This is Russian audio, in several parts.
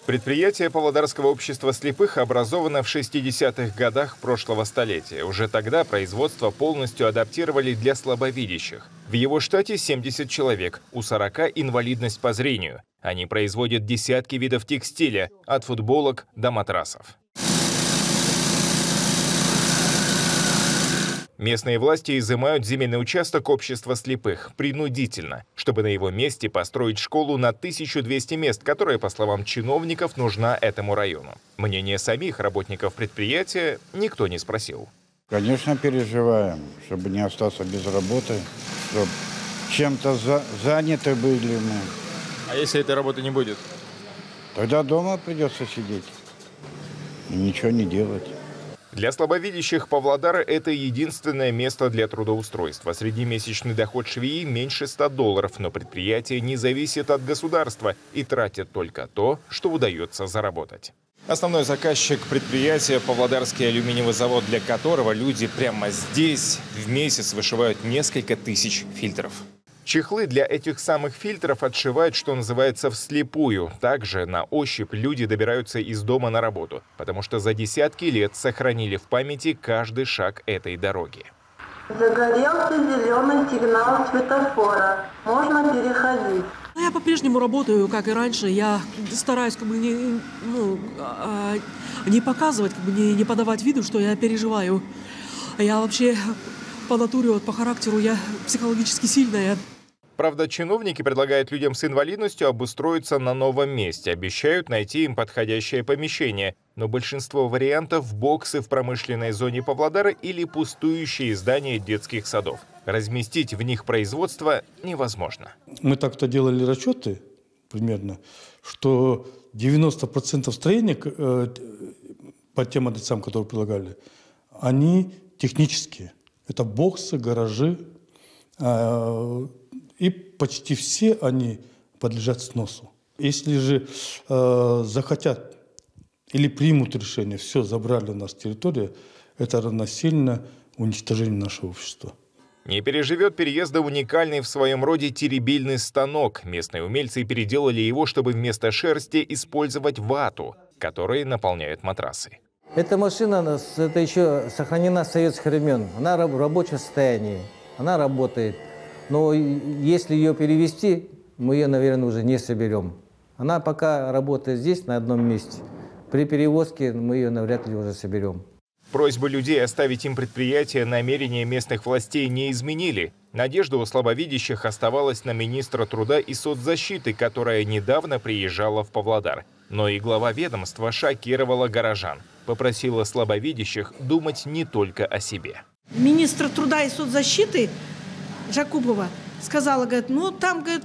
Предприятие Павлодарского общества слепых образовано в 60-х годах прошлого столетия. Уже тогда производство полностью адаптировали для слабовидящих. В его штате 70 человек, у 40 инвалидность по зрению. Они производят десятки видов текстиля, от футболок до матрасов. Местные власти изымают земельный участок общества слепых принудительно, чтобы на его месте построить школу на 1200 мест, которая, по словам чиновников, нужна этому району. Мнение самих работников предприятия никто не спросил. Конечно, переживаем, чтобы не остаться без работы, чтобы чем-то заняты были мы. А если этой работы не будет? Тогда дома придется сидеть и ничего не делать. Для слабовидящих Павлодара это единственное место для трудоустройства. Среднемесячный доход швеи меньше $100, но предприятие не зависит от государства и тратит только то, что удается заработать. Основной заказчик предприятия – Павлодарский алюминиевый завод, для которого люди прямо здесь в месяц вышивают несколько тысяч фильтров. Чехлы для этих самых фильтров отшивают, что называется, вслепую. Также на ощупь люди добираются из дома на работу, потому что за десятки лет сохранили в памяти каждый шаг этой дороги. Загорелся зеленый сигнал светофора. Можно переходить. Я по-прежнему работаю, как и раньше. Я стараюсь не показывать, не подавать виду, что я переживаю. Я вообще по натуре, по характеру, я психологически сильная. Правда, чиновники предлагают людям с инвалидностью обустроиться на новом месте, обещают найти им подходящее помещение. Но большинство вариантов – боксы в промышленной зоне Павлодара или пустующие здания детских садов. Разместить в них производство невозможно. Мы так-то делали расчеты примерно, что 90% строений по тем адресам, которые предлагали, они технические. Это боксы, гаражи. И почти все они подлежат сносу. Если же захотят или примут решение, все, забрали у нас территорию, это равносильно уничтожению нашего общества. Не переживет переезда уникальный в своем роде теребильный станок. Местные умельцы переделали его, чтобы вместо шерсти использовать вату, которой наполняют матрасы. Эта машина это еще сохранена с советских времен. Она в рабочем состоянии, она работает. Но если ее перевести, мы ее, наверное, уже не соберем. Она пока работает здесь, на одном месте. При перевозке мы ее навряд ли уже соберем. Просьбы людей оставить им предприятие намерения местных властей не изменили. Надежда у слабовидящих оставалась на министра труда и соцзащиты, которая недавно приезжала в Павлодар. Но и глава ведомства шокировала горожан. Попросила слабовидящих думать не только о себе. Министр труда и соцзащиты Жакупова сказала, говорит, ну там, говорит,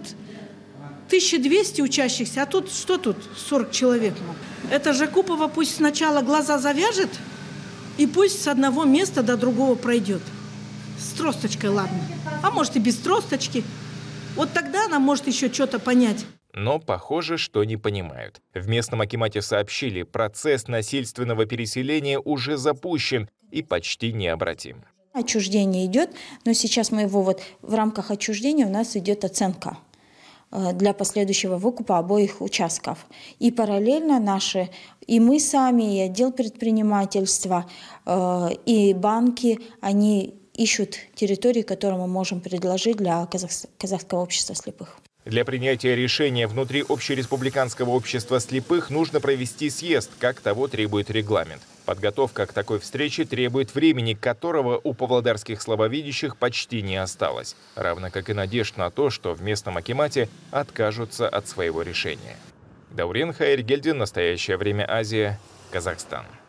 1200 учащихся, а тут что тут 40 человек. Это Жакупова пусть сначала глаза завяжет и пусть с одного места до другого пройдет. С тросточкой, ладно. А может и без тросточки. Вот тогда она может еще что-то понять. Но похоже, что не понимают. В местном акимате сообщили, процесс насильственного переселения уже запущен и почти необратим. Отчуждение идет, но сейчас мы его в рамках отчуждения у нас идет оценка для последующего выкупа обоих участков. И параллельно и мы сами, и отдел предпринимательства, и банки, они ищут территории, которые мы можем предложить для Казахского общества слепых. Для принятия решения внутри Общереспубликанского общества слепых нужно провести съезд, как того требует регламент. Подготовка к такой встрече требует времени, которого у павлодарских слабовидящих почти не осталось. Равно как и надежд на то, что в местном акимате откажутся от своего решения. Даурен Хайргельдин, Настоящее время, Азия, Казахстан.